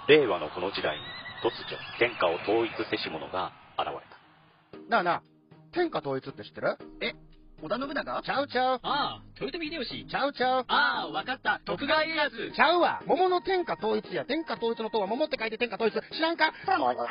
令和のこの時代に突如天下を統一せし者が現れた。 なあなあ、天下統一って知ってる？ 織田信長？ ちゃうちゃう。 ああ、豊臣秀吉。 ちゃうちゃう。 ああ、わかった。徳川家康。 ちゃうわ。桃の天下統一や。天下統一の塔は桃って書いて天下統一。知らんか？ もう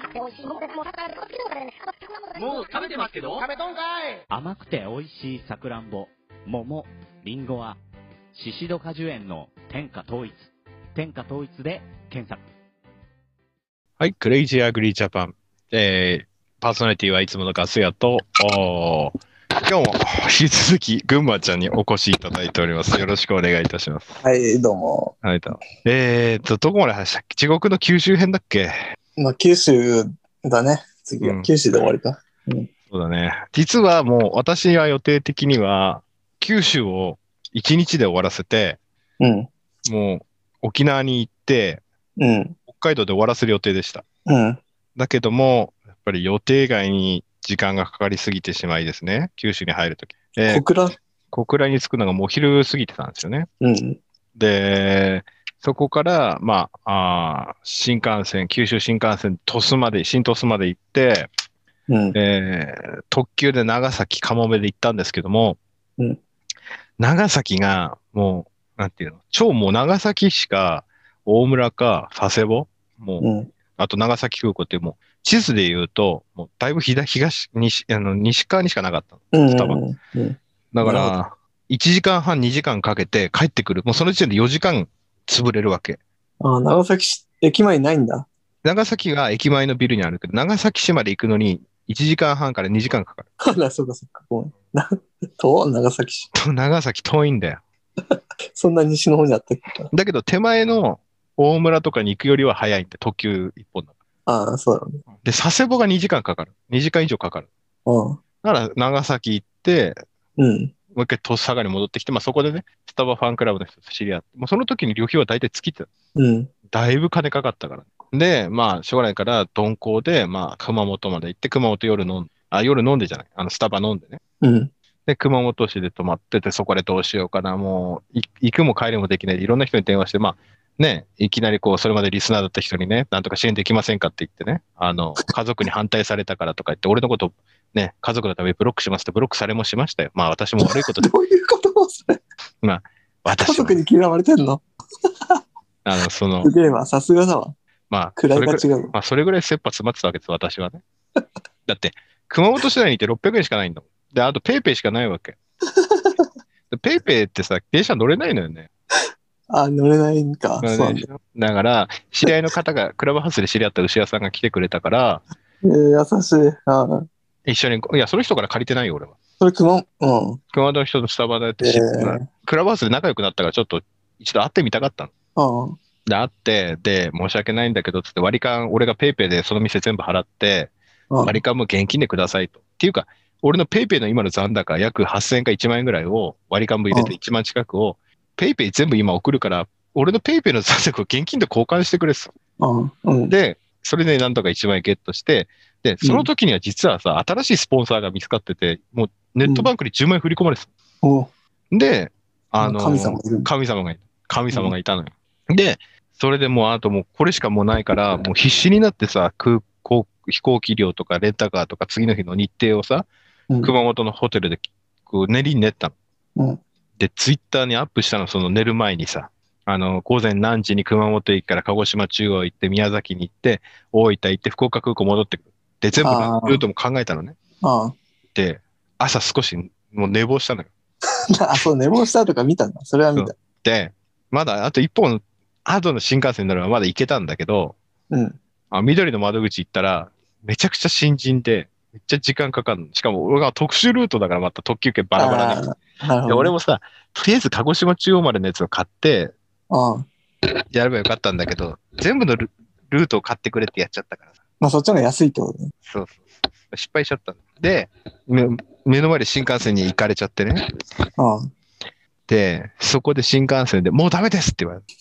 食べてますけど。 食べとんかい。 甘くて美味しいさくらんぼ、桃、りんごは、シシド果樹園の天下統一。天下統一で検索。 はい、クレイジーアグリージャパン。パーソナリティはいつものガス屋と、今日も引き続き群馬ちゃんにお越しいただいております。よろしくお願いいたします。 はい、どうも。 はい、どこまで話したっけ？地獄の九州編だっけ？ まあ、九州だね。次は、九州で終わりか。 そうだね。実はもう私は予定的には、九州を1日で終わらせて、もう沖縄に行って、北海道で終わらせる予定でした。だけども、やっぱり予定外に時間がかかりすぎてしまいですね。九州に入るとき。小倉に着くのがもう昼過ぎてたんですよね。で、そこから、新幹線、九州新幹線、新鳥栖まで行って、特急で長崎かもめで行ったんですけども、長崎がもう、なんていうの、もう長崎しか大村か佐世保、あと長崎空港ってもう地図で言うと、もうだいぶ西側にしかなかったの。スタバ。だから、1時間半、2時間かけて帰ってくる。もうその時点で4時間潰れるわけ。 ああ、長崎市、駅前にないんだ。 長崎が駅前のビルにあるけど、長崎市まで行くのに1時間半から2時間かかる。 そうかそうか。ごめん。長崎市。 長崎遠いんだよ。 そんな西の方にあったっけ？ だけど手前の大村とかに行くよりは早いんで、特急1本だから。 ああ、そうだね。 で、佐世保が2時間かかる。2時間以上かかる。だから長崎行って、もう一回鳥栖佐賀に戻ってきて、そこでね、スタバファンクラブの人と知り合って、もうその時に旅費は大体尽きてた。だいぶ金かかったから。で、しょうがないから、鈍行で、熊本まで行って、熊本夜飲んでじゃない。スタバ飲んでね。で、熊本市で泊まってて、そこでどうしようかな。もう、行くも帰りもできないで、いろんな人に電話して、ね、いきなりそれまでリスナーだった人にね、なんとか支援できませんかって言ってね、家族に反対されたからとか言って、俺のことね、家族のためにブロックしますってブロックされもしましたよ。私も悪いことで。 どういうことそれ。家族に嫌われてんの？すげえわ、さすがだわ。位が違う。 それぐらい切羽詰まってたわけです、私はね。だって、熊本市内にいて600円しかないんだもん。で、あとペイペイしかないわけ。ペイペイってさ、電車乗れないのよね。 乗れないんか。 だから、知り合いの方が、クラブハウスで知り合った牛屋さんが来てくれたから、 優しい。 一緒に、いや、その人から借りてないよ、俺は。 それ熊本の人のスタバでってクラブハウスで仲良くなったから、ちょっと一度会ってみたかったの。で、会って、で、申し訳ないんだけど、つって割り勘、俺がペイペイでその店全部払って、割り勘も現金でくださいと。っていうか、俺のペイペイの今の残高約8000円か1万円ぐらいを割り勘も入れて1万近くを、ペイペイ全部今送るから、俺のペイペイの残高を現金で交換してくれっす。で、それでなんとか1万円ゲットして、で、その時には実はさ、新しいスポンサーが見つかってて、もうネットバンクに10万円振り込まれてた。で、神様がいたのよ。で、それでもうあともうこれしかもうないから、もう必死になってさ、飛行機料とかレンタカーとか次の日の日程をさ、熊本のホテルで練りに練ったの。で、ツイッターにアップしたの、その寝る前にさ、午前何時に熊本駅から鹿児島中央行って、宮崎に行って、大分行って、福岡空港戻ってくる。で、全部ルートも考えたのね。で、朝少しもう寝坊したのよ。 そう、寝坊したとか見たんだ。それは見た。 で、まだあと一本、後の新幹線に乗ればまだ行けたんだけど、緑の窓口行ったら、めちゃくちゃ新人で、めっちゃ時間かかるの。しかも俺が特殊ルートだからまた特急券バラバラで。で、俺もさ、とりあえず鹿児島中央までのやつを買って、やればよかったんだけど、全部のルートを買ってくれってやっちゃったからさ。 そっちの方が安いってことね。 そう。失敗しちゃったの。で、目の前で新幹線に行かれちゃってね。で、そこで新幹線でもうダメですって言われて。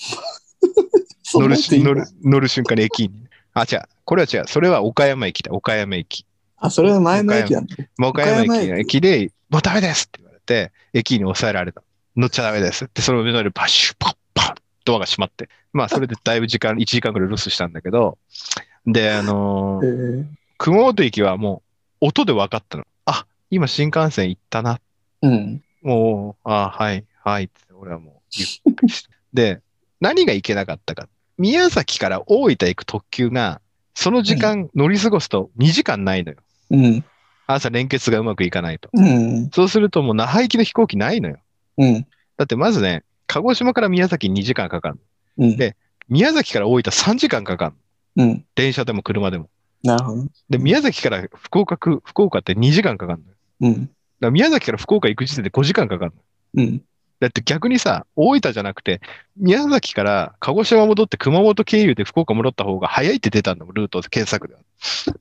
乗る瞬間に駅に。違う。これは違う。それは岡山駅だ。岡山駅。 それは前の駅なんだ。 岡山駅で、もうダメですって言われて、駅に抑えられた。乗っちゃダメですって、その目の前でパッシュ、パッパッ、ドアが閉まって。 まあ、それでだいぶ1時間くらいロスしたんだけど、で、熊本駅はもう、音で分かったの。あ、今新幹線行ったな。 うん。 もう、はい、はいって、俺はもう、ゆっくりして。で、何がいけなかったか。宮崎から大分行く特急が、その時間乗り過ごすと2時間ないのよ。 うん。 朝連結がうまくいかないと。 うん。 そうするともう那覇行きの飛行機ないのよ。 うん。 だってまずね、鹿児島から宮崎2時間かかる。 うん。 で、宮崎から大分3時間かかる。 うん。 電車でも車でも。 なるほど。 で、宮崎から福岡って2時間かかるのよ。 うん。 だから宮崎から福岡行く時点で5時間かかるの。うん。だって逆にさ、大分じゃなくて、宮崎から鹿児島戻って熊本経由で福岡戻った方が早いって出たんだもん、ルート検索では。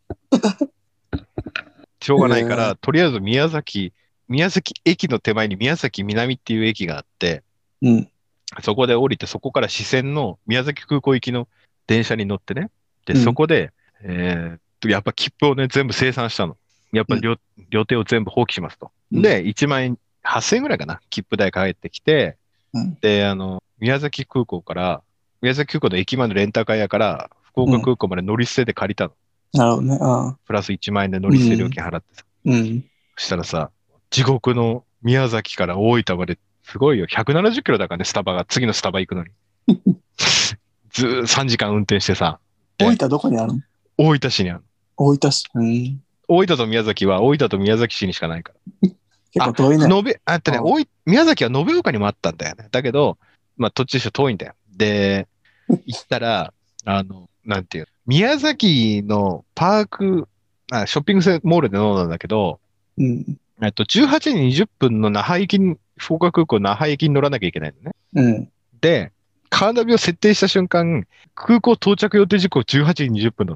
しょうがないから、とりあえず宮崎駅の手前に宮崎南っていう駅があって、 うん。 そこで降りて、そこから支線の宮崎空港行きの電車に乗ってね。で、そこで、やっぱ切符をね、全部清算したの。やっぱ両手を全部放棄しますと。で、1万円、8000円ぐらいかな。切符代返ってきて、で、宮崎空港の駅前のレンタカー屋から、福岡空港まで乗り捨てで借りたの。 なるほどね。 プラス1万円で乗り捨て料金払ってさ。そしたらさ、地獄の宮崎から大分まで、すごいよ。170キロだからね、次のスタバ行くのに。3時間運転してさ。 大分どこにあるの？ 大分市にある。 大分市。 大分と宮崎は、大分と宮崎市にしかないから。 結構遠いね。 宮崎は延岡にもあったんだよね。だけど、まあ、土地として遠いんだよ。で、行ったら、なんていう、宮崎のパーク、ショッピングモールで飲んだんだけど、18時20分の福岡空港那覇駅に乗らなきゃいけないのね。で、カーナビを設定した瞬間、空港到着予定時刻18時20分だった。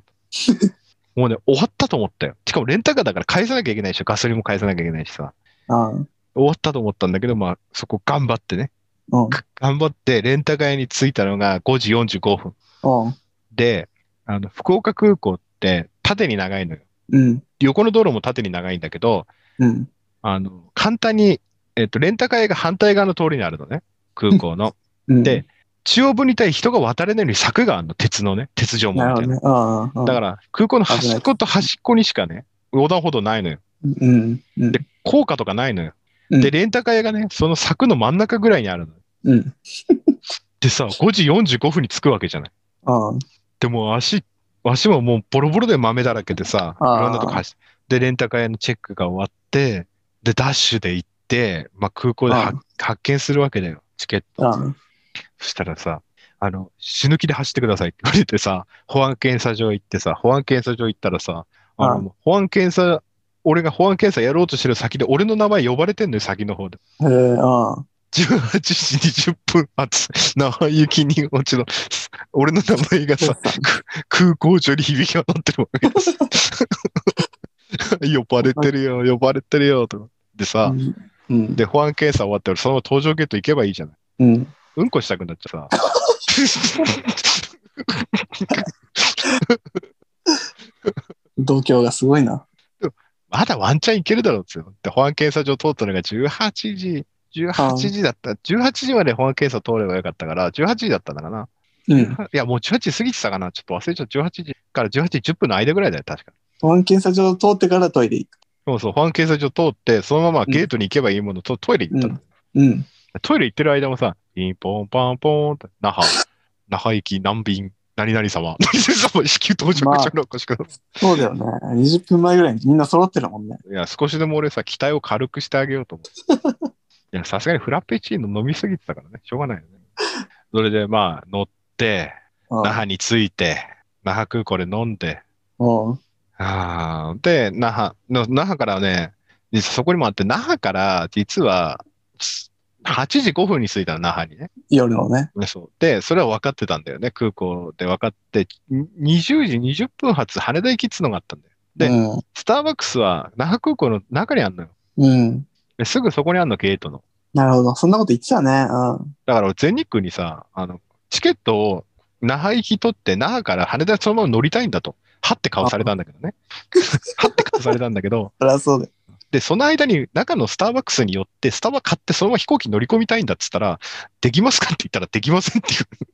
もうね、終わったと思ったよ。しかもレンタカーだから返さなきゃいけないでしょ。ガソリンも返さなきゃいけないしさ。終わったと思ったんだけど、まあ、そこ頑張ってね。頑張って、レンタカーに着いたのが5時45分。で、福岡空港って縦に長いのよ。横の道路も縦に長いんだけど、簡単に、レンタカー屋が反対側の通りにあるのね。空港の。で、中央分離帯人が渡れないように柵があるの。鉄のね。鉄条網みたいな。だから、空港の端っこと端っこにしかね、横断歩道ないのよ。で、高架とかないのよ。で、レンタカー屋がね、その柵の真ん中ぐらいにあるのよ。でさ、5時45分に着くわけじゃない。でも足ももうボロボロで豆だらけでさ、いろんなとこ走って、で、レンタカー屋のチェックが終わって、で、ダッシュで行って、まあ、空港で発見するわけだよ。チケット。そしたらさ、死ぬ気で走ってくださいって言われてさ、保安検査場行ってさ、保安検査場行ったらさ、俺が保安検査やろうとしてる先で、俺の名前呼ばれてんのよ、先の方で。18時20分発、那覇行きに落ちの、俺の名前がさ、空港上に響き渡ってるわけです。呼ばれてるよ、と。でさ、で、保安検査終わって、そのまま搭乗ゲート行けばいいじゃない。うんこしたくなっちゃさ。 度胸がすごいな。 まだワンチャンいけるだろうっつよ。で、保安検査場通ったのが18時だった。18時まで保安検査通ればよかったから、18時だったんだかな。いや、もう18時過ぎてたかな。ちょっと忘れちゃう。18時から18時10分の間ぐらいだよ、確か。 保安検査場通ってからトイレ行く。 そう、保安検査場通って、そのままゲートに行けばいいものと、トイレ行ったの。トイレ行ってる間もさ、ピンポンパンポーンって、那覇行き何便、何々様、何々様、至急到着者のお越しください。 そうだよね。20分前ぐらいにみんな揃ってるもんね。 いや、少しでも俺さ、期待を軽くしてあげようと思って。いや、さすがにフラペチーノ飲みすぎてたからね、しょうがないよね。それでまあ、乗って、那覇に着いて、那覇空港で飲んで、で、那覇からね、そこにもあって、那覇から実は、8時5分に着いたの、那覇にね。 夜のね。 そう。で、それは分かってたんだよね。空港で分かって、20時20分発羽田行きっつうのがあったんだよ。で、スターバックスは那覇空港の中にあるのよ。ですぐそこにあるの、ゲートの。 なるほど。そんなこと言ってたね。 だから全日空にさ、チケットを那覇行き取って、那覇から羽田そのまま乗りたいんだと。はって顔されたんだけどね。はって顔されたんだけど。 そりゃそうだよ。 で、その間に中のスターバックスによって、スタバ買ってそのまま飛行機乗り込みたいんだっつったら、できますかって言ったらできませんっていう。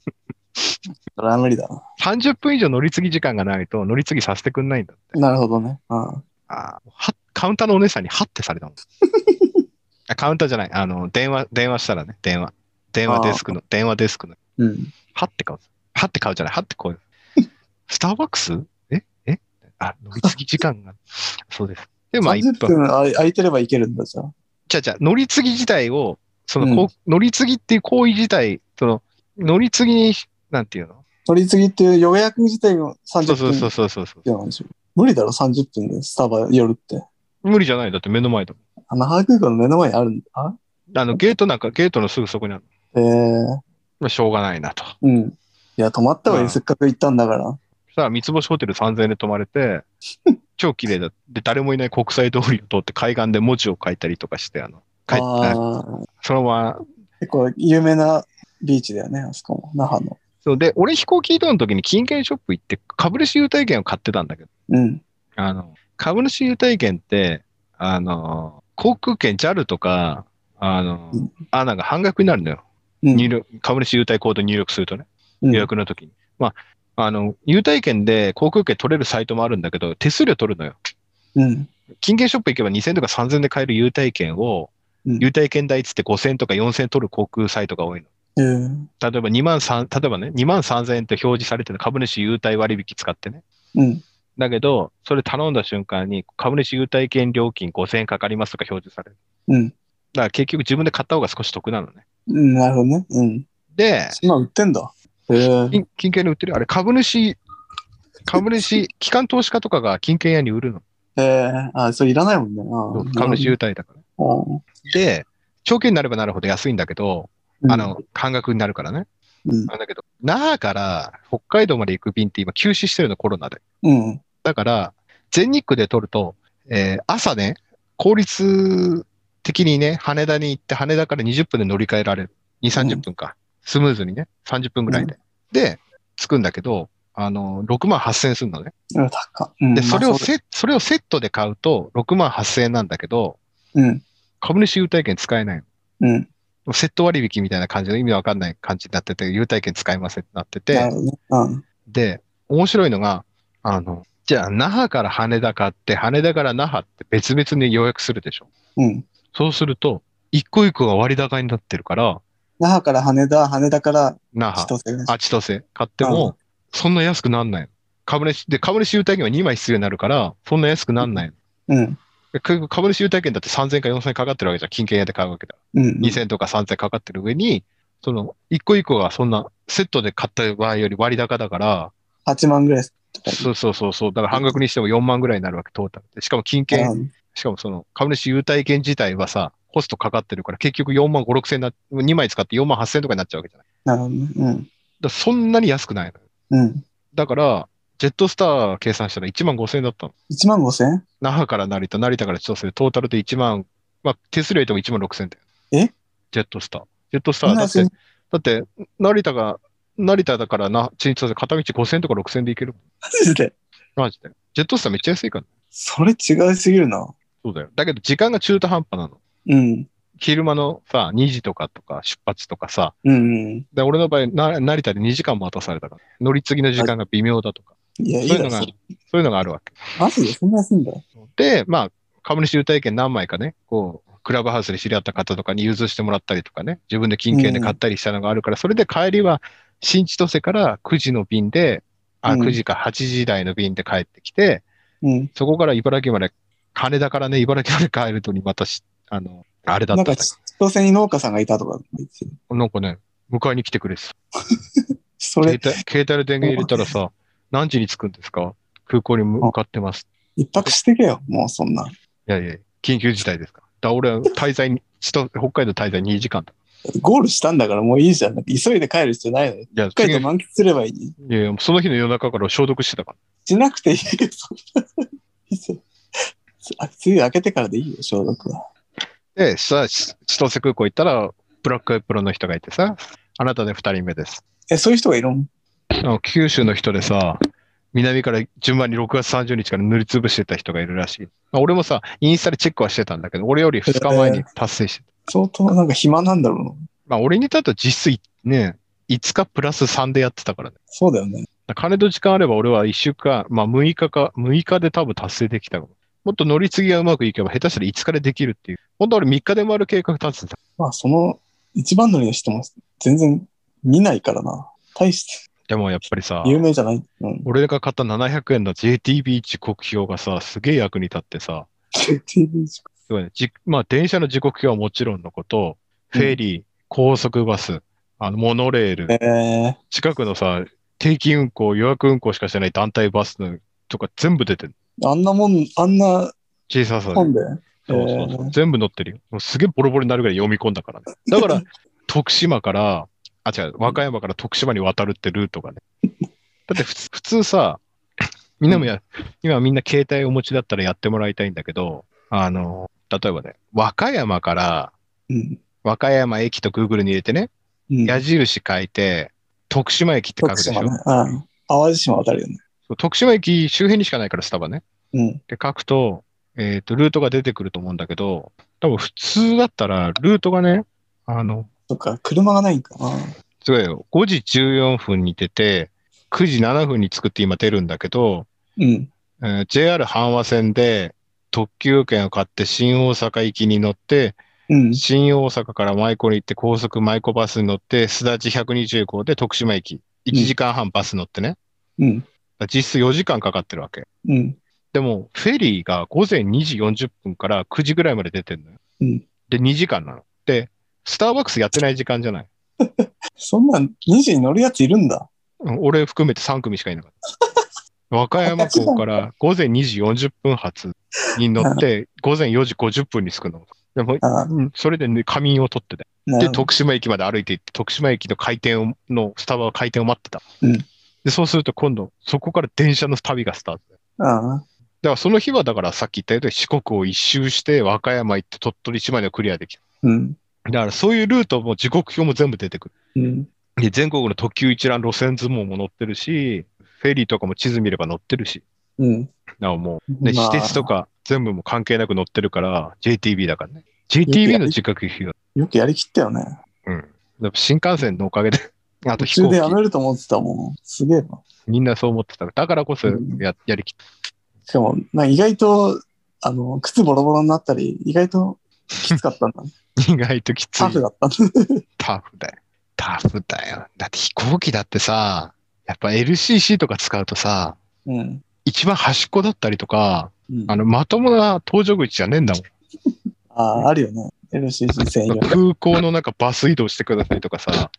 それは無理だな。 30分以上乗り継ぎ時間がないと乗り継ぎさせてくんないんだって。 なるほどね。 カウンターのお姉さんにハッてされたもん。カウンターじゃない。電話したらね、電話デスクの。 うん。 ハッて買うじゃない。ハッてこう。スターバックス乗り継ぎ時間が。そうです。で、まあ、 30分空いてればいけるんだ、じゃあ。 じゃあ、乗り継ぎ自体を、乗り継ぎっていう行為自体、乗り継ぎに、なんていうの？ 乗り継ぎっていう予約自体が30分。 そう。 無理だろ、30分でスタバ寄るって。 無理じゃない。だって目の前だもん。那覇空港の目の前にあるんだ。 ゲートのすぐそこにある。まあ、しょうがないなと。 うん。いや、泊まった方がいい、せっかく行ったんだから。 そしたら三つ星ホテル3000円で泊まれて、超綺麗だ。で、誰もいない国際通りを通って海岸で文字を書いたりとかして、そのまま。 結構有名なビーチだよね、あそこも、那覇の。 そうで、俺飛行機移動の時に金券ショップ行って株主優待券を買ってたんだけど、 うん。 株主優待券って、航空券 JAL とか、なんか半額になるのよ。株主優待コード入力するとね、予約の時に。まあ、優待券で航空券取れるサイトもあるんだけど、手数料取るのよ。 うん。 金券ショップ行けば2000とか3000で買える優待券を、優待券代つって5000とか4000取る航空サイトが多いの。例えば2万3000円って表示されてる株主優待割引使ってね。 うん。 だけど、それ頼んだ瞬間に株主優待券料金5000円かかりますとか表示される。 うん。 だから結局自分で買った方が少し得なのね。 なるほどね。うん。 で、 今売ってんだ。 金券で売ってる。あれ、株主、機関投資家とかが金券屋に売るの。 それいらないもんね。 株主優待だから。で、長期になればなるほど安いんだけど、半額になるからね。だけど、那覇から北海道まで行く便って今休止してるの、コロナで。だから、全日空で取ると、朝ね、効率的にね、羽田に行って、羽田から20分で乗り換えられる。2、30分か。スムーズにね、30分ぐらいで。で、着くんだけど、6万8000円するのね。で、それをセットで買うと、6万8000円なんだけど、株主優待券使えないの。セット割引みたいな感じの意味わかんない感じになってて、優待券使えませんってなってて、で、面白いのが、じゃあ、那覇から羽田買って、羽田から那覇って別々に予約するでしょ。そうすると、一個一個が割高になってるから、 那覇から羽田、羽田から那覇、千歳買っても、そんな安くなんないの。株主優待券は2枚必要になるから、そんな安くなんないの。株主優待券だって3000円か4000円かかってるわけじゃん。金券屋で買うわけだ。2000円とか3000円かかってる上に、一個一個がそんなセットで買った場合より割高だから、 8万ぐらい。 そう。だから半額にしても4万ぐらいになるわけ、トータルで。しかも金券、しかも株主優待券自体はさ、コストかかってるから、結局4万5、6千円2枚使って4万8千円とかになっちゃうわけじゃない。 なるほどね。 だそんなに安くないの。だから、ジェットスター計算したら1万5千円だったの。 1万5千円？ 那覇から成田から千歳でトータルで1万、まあ手数料入れても1万6千円だよ。ジェットスターだって、成田だから千歳片道5千円とか6千円で行ける。マジで。ジェットスターめっちゃ安いから。 それ違いすぎるな。 そうだよ。だけど時間が中途半端なの。昼間のさ、2時とか出発とかさ。で俺の場合、成田で2時間待たされたから。乗り継ぎの時間が微妙だとか。そういうのがあるわけ。 マジでそんな安いんだ。 で、まあ、株主優待券何枚かね、クラブハウスで知り合った方とかに融通してもらったりとかね、自分で金券で買ったりしたのがあるから、それで帰りは新千歳から9時の便で、9時か8時台の便で帰ってきて、そこから茨城まで、羽田からね、茨城まで帰るとにまたあれだった。なんか、千歳に農家さんがいたとか。 なんかね、迎えに来てくれてた。携帯の電源入れたらさ、何時に着くんですか？空港に向かってます。 一泊してけよ、もうそんな。 いや、緊急事態ですから。俺は北海道滞在2時間だ。 ゴールしたんだからもういいじゃん。急いで帰る必要ないのよ。北海道満喫すればいい。 いや、その日の夜中から消毒してたから。 しなくていいよ、そんな。梅雨明けてからでいいよ、消毒は。 で、千歳空港行ったら、ブラックエプロンの人がいてさ、あなたで2人目です。 そういう人がいるの？ 九州の人でさ、南から順番に6月30日から塗りつぶしてた人がいるらしい。俺もさ、インスタでチェックはしてたんだけど、俺より2日前に達成してた。 相当なんか暇なんだろうな。 まあ俺にとっては実質ね、 5日プラス3でやってたからね。 そうだよね。 金と時間あれば俺は1週間、まあ6日で多分達成できたかも。もっと乗り継ぎがうまくいけば下手したら5日でできるっていう。本当は俺3日で回る計画立てた。 まあその一番乗りの人も全然見ないからな。大して。 でもやっぱりさ、 有名じゃない、うん、 俺が買った700円の JTB 時刻表がさ、すげえ役に立ってさ。 JTB 時刻表まあ電車の時刻表はもちろんのこと、フェリー、高速バス、モノレール、近くのさ、定期運行、予約運行しかしてない団体バスのとか全部出てる。 あんな小ささで。 本で。 そう全部載ってるよ。もうすげえボロボロになるぐらい読み込んだからね。だから、徳島から、和歌山から徳島に渡るってルートがね。だって普通さ、今みんな携帯お持ちだったらやってもらいたいんだけど、例えばね、和歌山から、和歌山駅と Google に入れてね、矢印書いて、徳島駅って書くでしょ。 徳島ね。淡路島渡るよね。 徳島駅周辺にしかないからスタバね。 うん。 で書くと、ルートが出てくると思うんだけど、多分普通だったら、ルートがね、 そっか、車がないんかな。 すごいよ。5時14分に出て、9時7分に着くって今出るんだけど、JR 阪和線で特急券を買って新大阪行きに乗って、新大阪から舞子に行って高速舞子バスに乗って、すだち120号で徳島駅。1時間半バス乗ってね。実質4時間かかってるわけ。でも、フェリーが午前2時40分から9時ぐらいまで出てるのよ。で、2時間なの。で、スターバックスやってない時間じゃない。 そんな2時に乗るやついるんだ。 俺含めて3組しかいなかった。和歌山港から午前2時40分発に乗って、午前4時50分に着くの。でもそれで、ね、仮眠を取ってて。で、徳島駅まで歩いて行って、徳島駅のスタバの開店を待ってた。で、そうすると今度、そこから電車の旅がスタートだ。だからその日はだからさっき言ったように四国を一周して和歌山行って鳥取島根をクリアできる。だからそういうルートも時刻表も全部出てくる。で全国の特急一覧路線図も載ってるし、フェリーとかも地図見れば載ってるし。なおもう、で、私鉄とか全部も関係なく載ってるから、JTB だからね。JTB の時刻表。 よくやりきったよね。 新幹線のおかげで、あと飛行機。 途中でやめると思ってたもん。すげえな。 みんなそう思ってた。だからこそやりきった。 しかも、意外と、靴ボロボロになったり、意外ときつかったんだ。 意外ときつい。 タフだった。 タフだよ。タフだよ。だって飛行機だってさ、やっぱ LCC とか使うとさ、一番端っこだったりとか、まともな搭乗口じゃねえんだもん。あるよね。LCC 専用。 空港の中バス移動してくださいとかさ、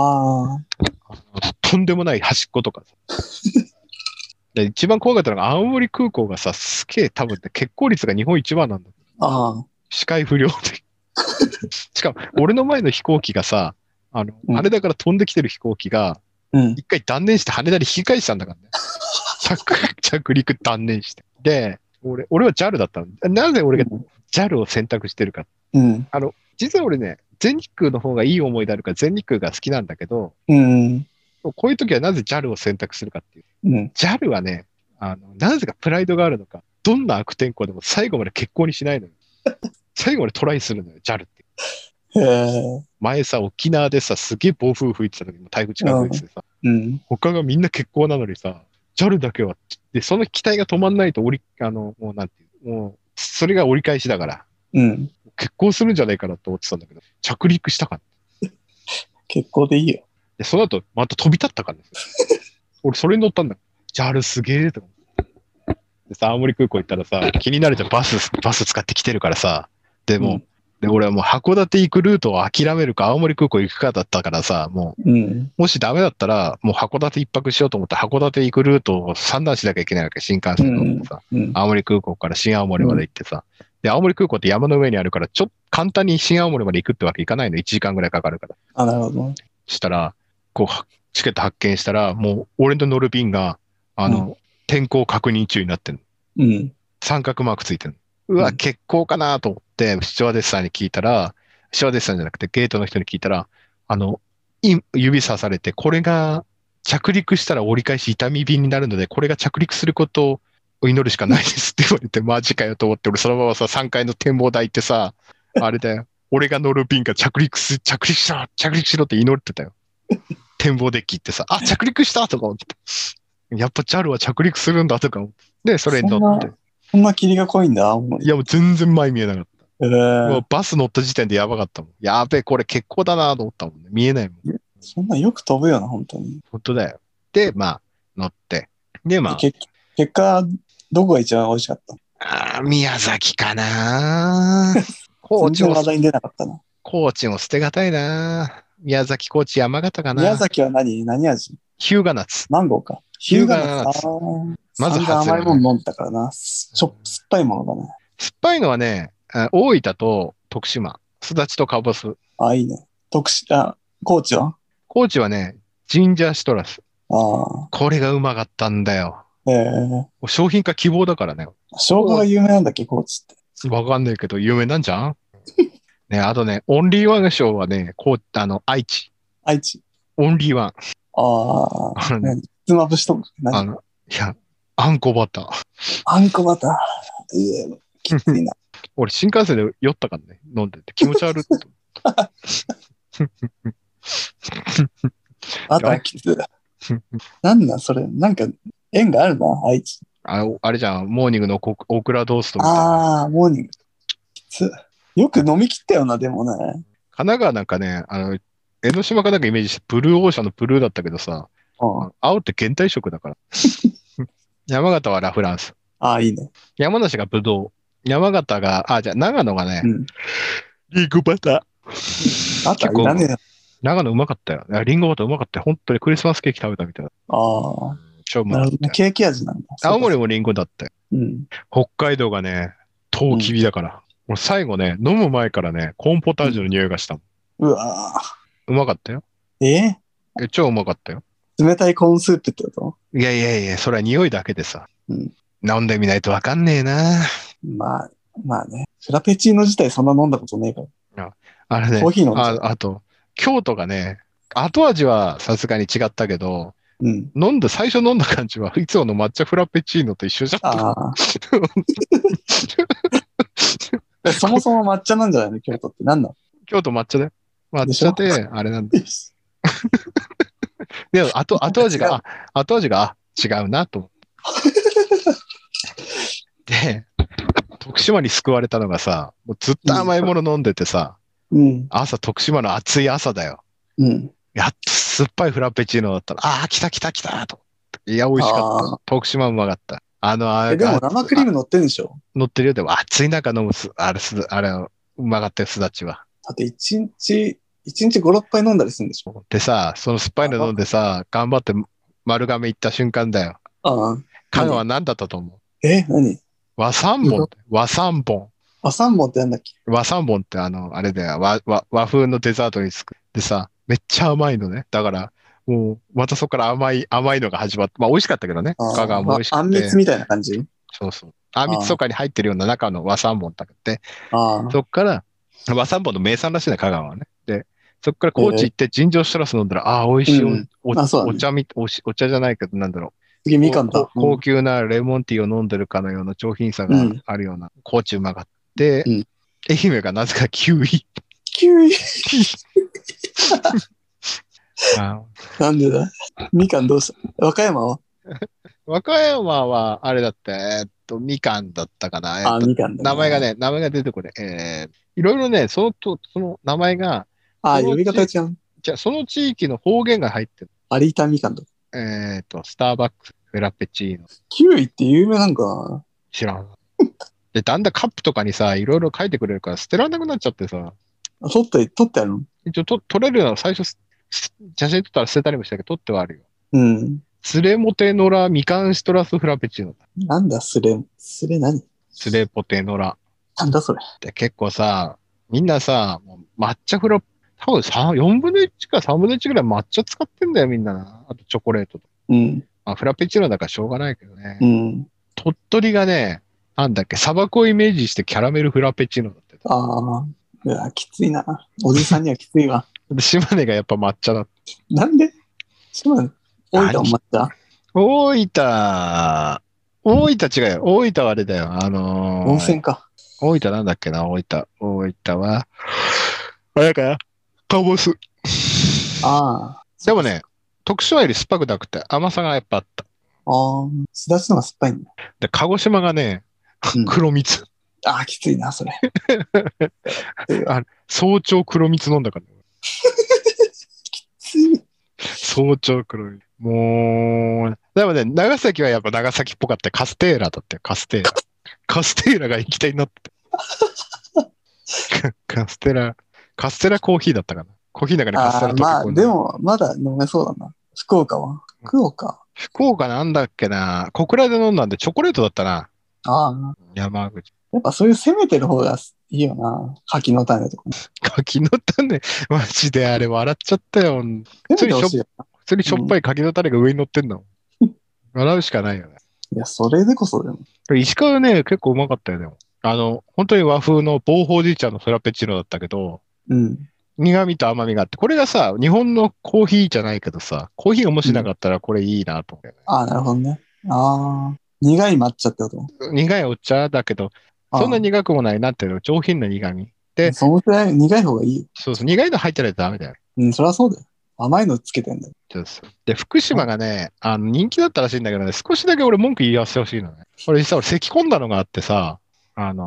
とんでもない端っことかさ。で一番怖かったのが青森空港がさ、すげえ多分欠航率が日本一番なんだ。視界不良で。しかも、俺の前の飛行機がさ、羽田から飛んできてる飛行機が、一回断念して羽田に引き返したんだからね。着陸断念して。で、俺は JAL だったの。なぜ俺が JAL を選択してるか。実は俺ね、全日空の方がいい思い出あるから全日空が好きなんだけど、こういう時はなぜ JAL を選択するかっていう。JAL はね、なぜかプライドがあるのか、どんな悪天候でも最後まで欠航にしないのよ。最後までトライするのよ、JAL って。前さ、沖縄でさ、すげえ暴風吹いてた時も台風近づいててさ、他がみんな欠航なのにさ、JAL だけは、で、その機体が止まんないともうなんていう、もう、それが折り返しだから、欠航するんじゃないかなと思ってたんだけど、着陸したから。 欠航でいいよ。 で、その後、また飛び立ったからですよ。俺、それに乗ったんだ。JAL すげえと思って。でさ、青森空港行ったらさ、気になるじゃん、バス使ってきてるからさ、でも、で、俺はもう函館行くルートを諦めるか、青森空港行くかだったからさ、もう、もしダメだったら、もう函館一泊しようと思って、函館行くルートを3段しなきゃいけないわけ、新幹線乗ってさ、青森空港から新青森まで行ってさ、で、青森空港って山の上にあるから、ちょっと簡単に新青森まで行くってわけいかないの、1時間ぐらいかかるから。 なるほど。 したら、こう、チケット発見したら、もう、俺の乗る便が、天候確認中になってる。三角マークついてる。うわ、欠航かなと思って、スチュワーデスさんに聞いたら、スチュワーデスさんじゃなくてゲートの人に聞いたら、指さされて、これが着陸したら折り返し痛み便になるので、これが着陸することを祈るしかないですって言われて、マジかよと思って、俺そのままさ、3階の展望台行ってさ、あれだよ、俺が乗る便が着陸しろって祈ってたよ。 展望デッキ行ってさ、あ、着陸したとか思って。やっぱ JAL は着陸するんだとか思って。で、それに乗って。 そんな霧が濃いんだ、青森。 いや、もう全然前見えなかった。もうバス乗った時点でやばかったもん。やべえ、これ結構だなと思ったもんね。見えないもん。 そんなよく飛ぶよな、本当に。 本当だよ。で、まあ、乗って。で、まあ。 結果、どこが一番美味しかった？ 宮崎かな高知も話題に出なかったな。 高知も捨てがたいな宮崎、高知、山形かな。 宮崎は何味？ 日向夏。 マンゴーか。日向夏。まず甘いもの飲んでたからな。酸っぱいものだね。 酸っぱいのはね、大分と徳島。すだちとかぼす。 あ、いいね。高知は？ 高知はね、ジンジャーシトラス。 これがうまかったんだよ。商品化希望だからね。 生姜が有名なんだっけ、高知って。 わかんないけど、有名なんじゃんね、あとね、オンリーワン賞はね、愛知。 愛知。 オンリーワン。 つまぶしとか。 いや、あんこバター。 あんこバター。きついな。 俺、新幹線で酔ったからね、飲んでて気持ち悪い。 バターきつい。なんだ、それ。なんか、縁があるな、愛知。 あれじゃん、モーニングのオクラトーストみたいな。 モーニング。きつ。よく飲み切ったよな、でもね。 神奈川なんかね、江ノ島かなんかイメージして、ブルーオーシャンのブルーだったけどさ、青って原体色だから。山形はラフランス。 いいね。 山梨がブドウ。山形が、じゃあ長野がね、リンゴバター。 バターいらねえな。 長野うまかったよ。リンゴバターうまかったよ。本当にクリスマスケーキ食べたみたいな。超うまかった。 ケーキ味なんだ。 青森もリンゴだったよ。北海道がね、トウキビだから。俺最後ね、飲む前からね、コーンポタージュの匂いがしたもん。 うわうまかったよ。超うまかったよ。 冷たいコーンスープってこと？ いや、それは匂いだけでさ。飲んでみないとわかんねえな。 まあね。フラペチーノ自体そんな飲んだことねえから。 あれね、 コーヒー飲んだ。 あと、京都がね、後味はさすがに違ったけど、最初飲んだ感じはいつもの抹茶フラペチーノと一緒じゃん。 そもそも抹茶なんじゃないの京都って。何なの？ 京都抹茶だよ。抹茶で、あれなんだ。でも、後味が違うなと思って。で、徳島に救われたのがさ、もうずっと甘いもの飲んでてさ、朝、徳島の暑い朝だよ。やっと酸っぱいフラペチーノだったら、来たと。いや、美味しかった。徳島うまかった。 でも生クリーム乗ってんでしょ？ 乗ってるよ。でも暑い中飲むあれ、うまかったよ、すだちは。 だって1日5、6杯飲んだりするんでしょ？ でさ、その酸っぱいの飲んでさ、頑張って丸亀行った瞬間だよ。香川何だったと思う？ 何？ 和三盆。和三盆ってなんだっけ？ 和三盆ってあれだよ。和風のデザートに作ってさ、めっちゃ甘いのね。だから、もう、またそこから甘いのが始まって、まあ美味しかったけどね。香川も美味しくて。 あんみつみたいな感じ？ そうそう。あんみつとかに入ってるような中の和三盆だって、そっから、和三盆の名産らしいね、香川はね。で、そっから高知行ってジンジャーシトラス飲んだら、美味しいお茶じゃないけど、なんだろう。 みかんだ。 高級なレモンティーを飲んでるかのような上品さがあるような、高知うまかった。愛媛がなぜかキウイ。 なんでだ？みかんどうした？和歌山は、あれだって、みかんだったかな。 みかんだ。 名前が出てこれ。いろいろね、その名前が、 呼び方が違う。 じゃあ、その地域の方言が入ってる。 有田みかんと。 スターバックス、フラペチーノ。 キウイって有名なんかな？ 知らん。で、だんだんカップとかにさ、いろいろ書いてくれるから捨てられなくなっちゃってさ。 取ってあるの？ 一応取れるのは最初、写真撮ったら捨てたりもしたけど、取ってはあるよ。スレモテノラみかんシトラスフラペチーノ。 なんだ、スレ何？ スレポテノラ。 なんだそれ。 で、結構さ、みんなさ、抹茶多分4分の1か3分の1ぐらい抹茶使ってんだよ、みんなな。あとチョコレートと。フラペチーノだからしょうがないけどね。鳥取がね、なんだっけ、砂漠をイメージしてキャラメルフラペチーノだって。 いや、きついな。おじさんにはきついわ。 で、島根がやっぱ抹茶だって。 なんで？島根？大分も抹茶？ 大分違うよ。大分はあれだよ。 温泉か。 大分なんだっけな、大分は、あれかな、カボス。 でもね、 徳島より酸っぱくなくて甘さがやっぱあった。 ああ、すだちの方が酸っぱいんだ。 で、鹿児島がね、黒蜜。 ああ、きついな、それ。 早朝黒蜜飲んだから、ね。 きつい。 早朝黒蜜。もう、でもね、長崎はやっぱ長崎っぽかった。カステーラだってカステーラ。カステーラが液体になって。カステラコーヒーだったかな。コーヒーの中にカステラ溶け込んで。 まあ、でも、まだ飲めそうだな。福岡なんだっけな。小倉で飲んだんでチョコレートだったな。 ああ。 山口。 やっぱそういう攻めてる方がいいよな。柿の種とか、ね。 柿の種、マジであれ笑っちゃったよ。普通にしょっぱい柿の種が上に乗ってんの。笑うしかないよね。 いや、それでこそでも。 石川ね、結構うまかったよ、でも。本当に和風の棒ほうじ茶のフラペチーノだったけど、苦味と甘みがあって、これがさ、日本のコーヒーじゃないけどさ、コーヒーがもしなかったらこれいいなと思う、ね。 ああ、なるほどね。ああ、苦い抹茶ってこと苦いお茶だけど、そんな苦くもないなっていうの、上品な苦味。で、 そのくらい苦い方がいいよ。 そうそう、苦いの入ってないとダメだよ。 そりゃそうだよ。甘いのつけてんだよ。 で、福島がね、人気だったらしいんだけどね、少しだけ俺文句言い合わせてほしいのね。俺咳込んだのがあってさ、フル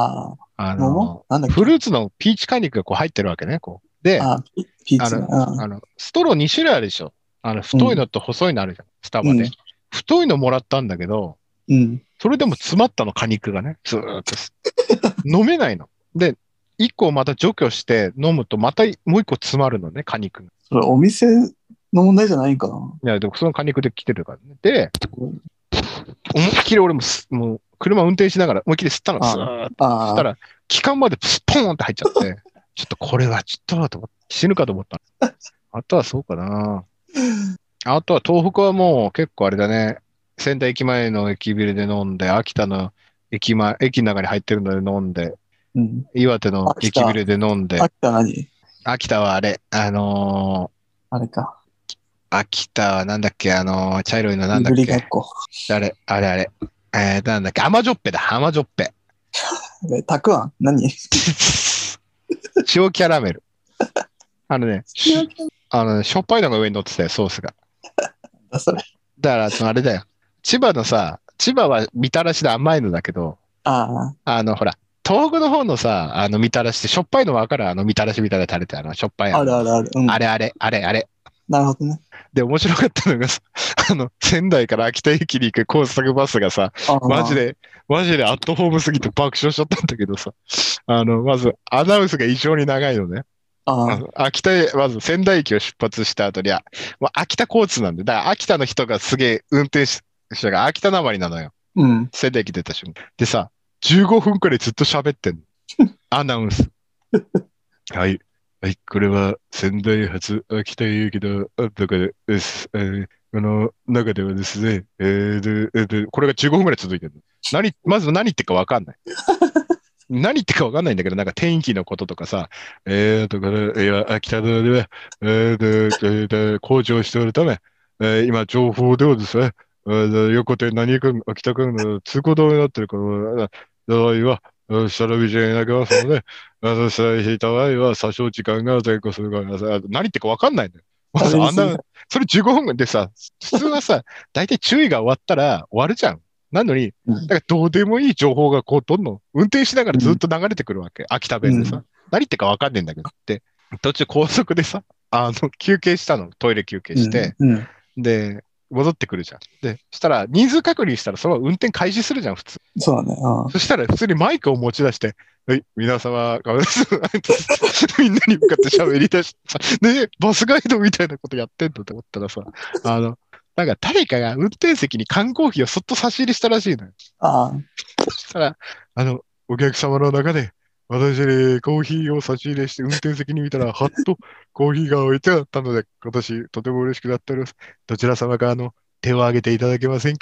ーツのピーチ果肉がこう入ってるわけね、こう。で、 ピーチストロー2種類あるでしょ。太いのと細いのあるじゃん、スタバで。太いのもらったんだけど、それでも詰まったの、果肉がね。ずーっと。飲めないの。で、1個また除去して飲むと、またもう1個詰まるのね、果肉が。 それお店の問題じゃないんかな。 いや、でもその果肉で来てるからね。で、思いっきり俺もう車運転しながら思いっきり吸ったの。そしたら、気管までスポーンって入っちゃって、ちょっとこれはちょっとと思って、死ぬかと思った。あとはそうかな。あとは東北はもう結構あれだね。仙台駅前の駅ビルで飲んで、秋田の駅の中に入ってるので飲んで、岩手の駅ビルで飲んで。 秋田何？ 秋田はあれ、 あれか。 秋田はなんだっけ、茶色いのなんだっけ。あれ。なんだっけ、甘じょっぺだ、甘じょっぺ。 たくあん何？ 塩キャラメル。しょっぱいのが上に乗ってたよ、ソースが。 それ。 だから、あれだよ。千葉はみたらしで甘いのだけど、ほら、東北の方のさ、みたらしってしょっぱいの分かる？みたらしみたいな垂れてしょっぱいある。 あれ。 なるほどね。 で、面白かったのがさ、仙台から秋田駅に行く高速バスがさ、マジでアットホームすぎて爆笑しちゃったんだけどさ、まず、アナウンスが異常に長いのね。まず仙台駅を出発した後には、秋田交通なんで、だから秋田の人がすげえ運転手が秋田なまりなのよ。仙台駅出た瞬間。でさ、15分くらいずっと喋ってんの。アナウンス。はい、これは仙台発秋田駅のとかです。中ではですね、これが15分くらい続いてるの。まず何言ってるかわかんない。何言ってるかわかんないんだけど、なんか天気のこととかさ、秋田では、工事をしておるため、今情報ではですね、横手何君、秋田君の通行止めになってるから、場合は、下の道に投げますので、引いた場合は、詐称時間が前後するから、何言ってるかわかんないんだよ。それ15分でさ、普通はさ、大体注意が終わったら終わるじゃん。なのに、だからどうでもいい情報がこう、どんどん運転しながらずっと流れてくるわけ。秋田弁でさ。何言ってるかわかんねえんだけどって。途中高速でさ、休憩したの。トイレ休憩して。で、戻ってくるじゃん。で、そしたら、人数確認したら、その運転開始するじゃん、普通。 そうだね。 そしたら、普通にマイクを持ち出して、はい、皆様、みんなに向かって喋り出して、で、バスガイドみたいなことやってんのと思ったらさ、なんか誰かが運転席に缶コーヒーをそっと差し入れしたらしいのよ。そしたら、お客様の中で、私にコーヒーを差し入れして運転席に見たら、はっとコーヒーが置いてあったので、今年とても嬉しくなっております。どちら様か手を挙げていただけませんか？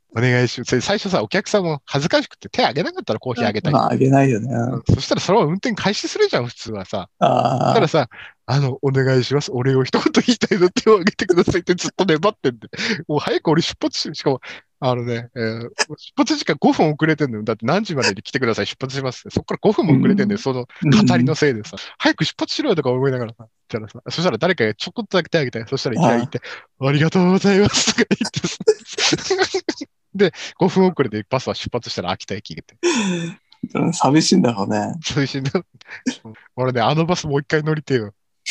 お願いします。最初さ、お客さんも恥ずかしくて手挙げなかったらコーヒーあげたい。 まあ、あげないよね。 そしたらそのまま運転開始するじゃん、普通はさ。 ああ。 そしたらさ、お願いします。お礼を一言言いたいの手を挙げてくださいってずっと粘ってんで。もう早く俺出発しかも、出発時間5分遅れてんのよ。だって何時までに来てください、出発しますって。そっから5分も遅れてんだよ、その語りのせいでさ。早く出発しろよとか思いながらさ。そしたら誰かがちょこっとだけ手挙げて、そしたらいきなり言って、ありがとうございますとか言ってさ。で、5分遅れでバスは出発したら秋田駅行って。 寂しいんだろうね。 寂しいんだ。俺ね、あのバスもう一回乗りてえよ。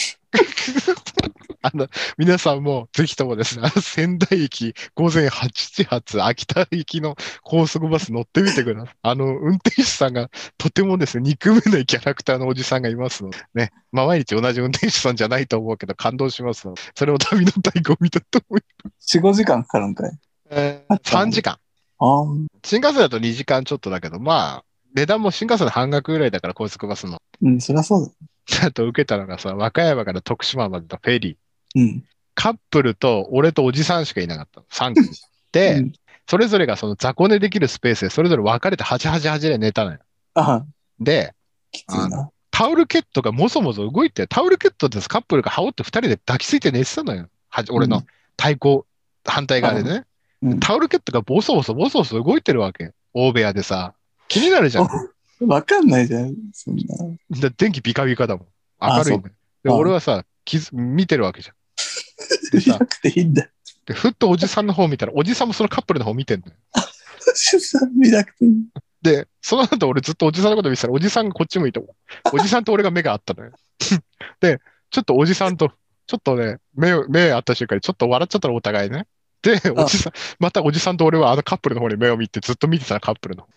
皆さんもぜひともですね、仙台駅午前8時発秋田行きの高速バス乗ってみてください。運転手さんがとてもですね、憎めないキャラクターのおじさんがいますのでね。まあ毎日同じ運転手さんじゃないと思うけど感動しますので、それを旅の醍醐味だと思います。 4、5時間かかるんかい ？3時間。新幹線だと2時間ちょっとだけど、まあ、値段も新幹線の半額ぐらいだから高速バスの。 うん、そりゃそうだ。あと受けたのがさ、和歌山から徳島までのフェリー。 うん。 カップルと俺とおじさんしかいなかったの。3組。で、それぞれがその雑魚寝できるスペースでそれぞれ分かれて888で寝たのよ。で、タオルケットがもそもそ動いて、タオルケットってカップルが羽織って2人で抱きついて寝てたのよ。俺の対向、反対側でね。タオルケットがボソボソ動いてるわけ。大部屋でさ。気になるじゃん。 わかんないじゃん、そんな。 電気ビカビカだもん。明るいんだよ。で、俺はさ、見てるわけじゃん。 でさ、見なくていいんだ。 で、ふっとおじさんの方見たら、おじさんもそのカップルの方見てんのよ。 おじさん見なくていい。 で、その後俺ずっとおじさんのこと見てたら、おじさんがこっち向いて、おじさんと俺が目が合ったのよ。で、ちょっとおじさんと、ちょっとね、目合った瞬間にちょっと笑っちゃったらお互いね。で、またおじさんと俺はカップルの方に目を見てずっと見てたらカップルの。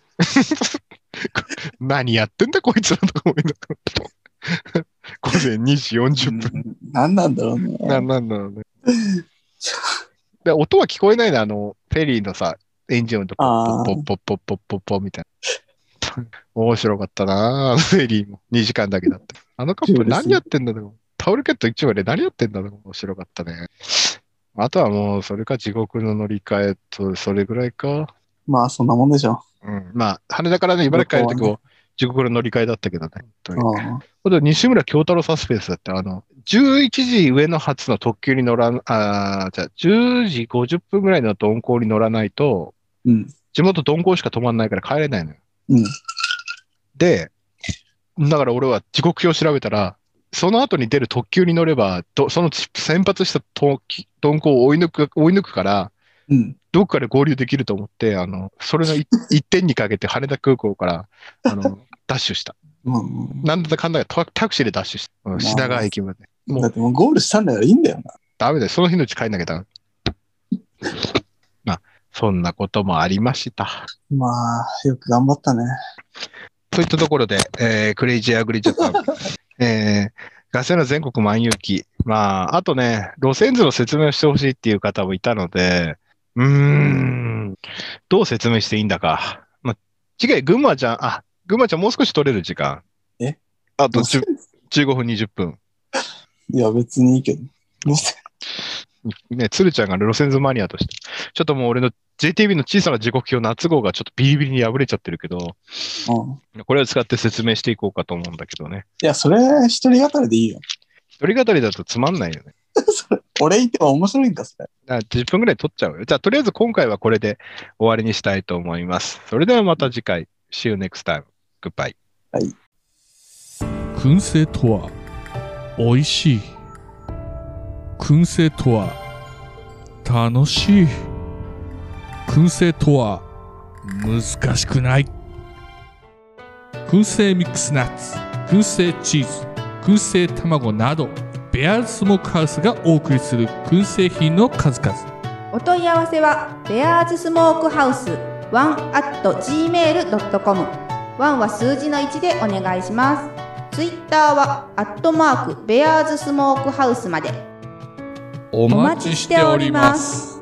何やってんだこいつらとか思いながら。午前2時40分。 何なんだろうね。 何なんだろうね。で、音は聞こえないの、フェリーのさ、エンジン音とか、ポッポッポッポッポッポッみたいな。面白かったなぁ、フェリーも。2時間だけだって。カップル何やってんだろう。タオルケット1枚で何やってんだろう。面白かったね。あとはもう、それか地獄の乗り換えと、それぐらいか。 まあ、そんなもんでしょ。 まあ、羽田からね、茨城帰るときも、地獄の乗り換えだったけどね。本当に西村京太郎サスペンスだって、11時上の発の特急に乗ら10時50分ぐらいの鈍行に乗らないと、地元鈍行しか止まんないから帰れないのよ。で、だから俺は時刻表を調べたら、その後に出る特急に乗れば、その先発した鈍行を追い抜くから、どこかで合流できると思って、それの一点にかけて羽田空港から、ダッシュした。なんだかんだタクシーでダッシュした。品川駅まで。 だってもうゴールしたんだからいいんだよな。 ダメだよ。その日のうち帰んなきゃダメ。まあ、そんなこともありました。 まあ、よく頑張ったね。 といったところで、クレイジーアグリジャパン。ガセの全国漫遊記。まあ、あとね、路線図の説明をしてほしいっていう方もいたので、どう説明していいんだか。まあ、次回、群馬ちゃんもう少し取れる時間。あと15分、20分。 いや、別にいいけど。 ね、鶴ちゃんが路線図マニアとして。ちょっともう俺の JTB の小さな時刻表夏号がちょっとビリビリに破れちゃってるけど、これを使って説明していこうかと思うんだけどね。 いや、それ一人語りでいいよ。 一人語りだとつまんないよね。 俺言っても面白いんか、それ。 10分ぐらい取っちゃうよ。じゃあ、とりあえず今回はこれで終わりにしたいと思います。それではまた次回。See you next time. Goodbye. はい。 燻製とは美味しい。燻製とは楽しい。燻製とは難しくない。燻製ミックスナッツ、燻製チーズ、燻製卵など、ベアーズスモークハウスがお送りする燻製品の数々。 お問い合わせはベアーズスモークハウス 1@gmail.com。 1は数字の1でお願いします。ツイッターはベアーズスモークハウスまで。 お待ちしております。